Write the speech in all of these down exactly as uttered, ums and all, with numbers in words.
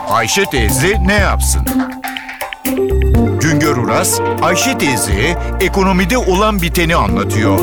Ayşe teyze ne yapsın? Güngör Uras, Ayşe teyzeye ekonomide olan biteni anlatıyor.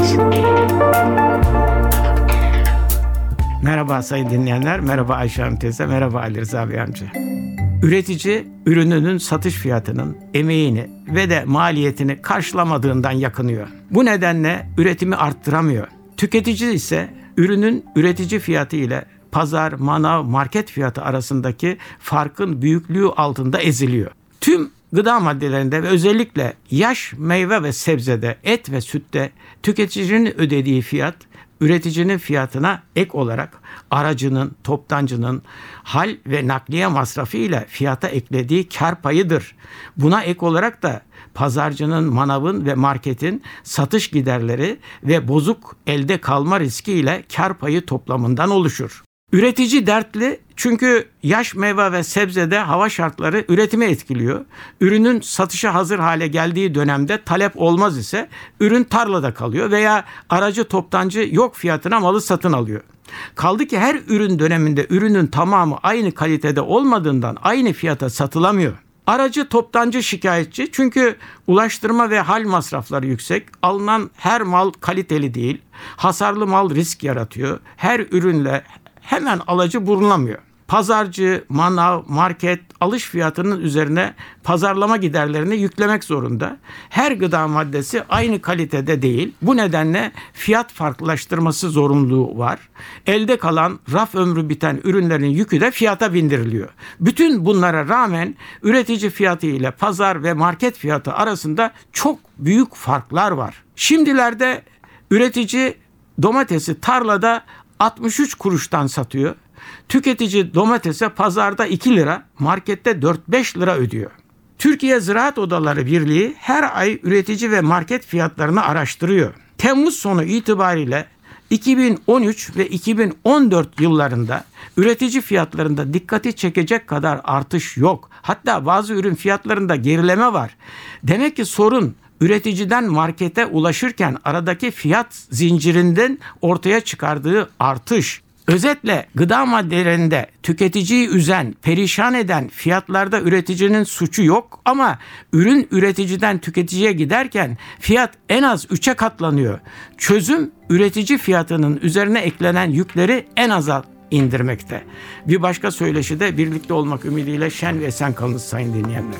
Merhaba sayın dinleyenler, merhaba Ayşe Hanım teyze, merhaba Ali Rıza Bey amca. Üretici, ürününün satış fiyatının emeğini ve de maliyetini karşılamadığından yakınıyor. Bu nedenle üretimi arttıramıyor. Tüketici ise ürünün üretici fiyatı ile pazar, manav, market fiyatı arasındaki farkın büyüklüğü altında eziliyor. Tüm gıda maddelerinde ve özellikle yaş meyve ve sebzede, et ve sütte tüketicinin ödediği fiyat, üreticinin fiyatına ek olarak aracının, toptancının hal ve nakliye masrafı ile fiyata eklediği kar payıdır. Buna ek olarak da pazarcının, manavın ve marketin satış giderleri ve bozuk elde kalma riski ile kar payı toplamından oluşur. Üretici dertli çünkü yaş meyve ve sebzede hava şartları üretimi etkiliyor. Ürünün satışa hazır hale geldiği dönemde talep olmaz ise ürün tarlada kalıyor veya aracı toptancı yok fiyatına malı satın alıyor. Kaldı ki her ürün döneminde ürünün tamamı aynı kalitede olmadığından aynı fiyata satılamıyor. Aracı toptancı şikayetçi çünkü ulaştırma ve hal masrafları yüksek. Alınan her mal kaliteli değil. Hasarlı mal risk yaratıyor. Her ürünle hemen alıcı bulunamıyor. Pazarcı, manav, market alış fiyatının üzerine pazarlama giderlerini yüklemek zorunda. Her gıda maddesi aynı kalitede değil. Bu nedenle fiyat farklılaştırması zorunluluğu var. Elde kalan raf ömrü biten ürünlerin yükü de fiyata bindiriliyor. Bütün bunlara rağmen üretici fiyatı ile pazar ve market fiyatı arasında çok büyük farklar var. Şimdilerde üretici domatesi tarlada altmış üç kuruştan satıyor. Tüketici domatese pazarda iki lira, markette dört beş lira ödüyor. Türkiye Ziraat Odaları Birliği her ay üretici ve market fiyatlarını araştırıyor. Temmuz sonu itibariyle iki bin on üç ve iki bin on dört yıllarında üretici fiyatlarında dikkati çekecek kadar artış yok. Hatta bazı ürün fiyatlarında gerileme var. Demek ki sorun üreticiden markete ulaşırken aradaki fiyat zincirinden ortaya çıkardığı artış. Özetle gıda maddelerinde tüketiciyi üzen, perişan eden fiyatlarda üreticinin suçu yok ama ürün üreticiden tüketiciye giderken fiyat en az üçe katlanıyor. Çözüm üretici fiyatının üzerine eklenen yükleri en aza indirmekte. Bir başka söyleşide birlikte olmak ümidiyle şen ve esen kalınız sayın dinleyenler.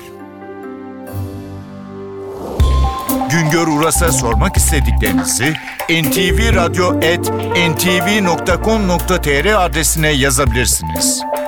Güngör Uras'a sormak istediklerinizi en ti vi radyo at en ti vi nokta com nokta tr adresine yazabilirsiniz.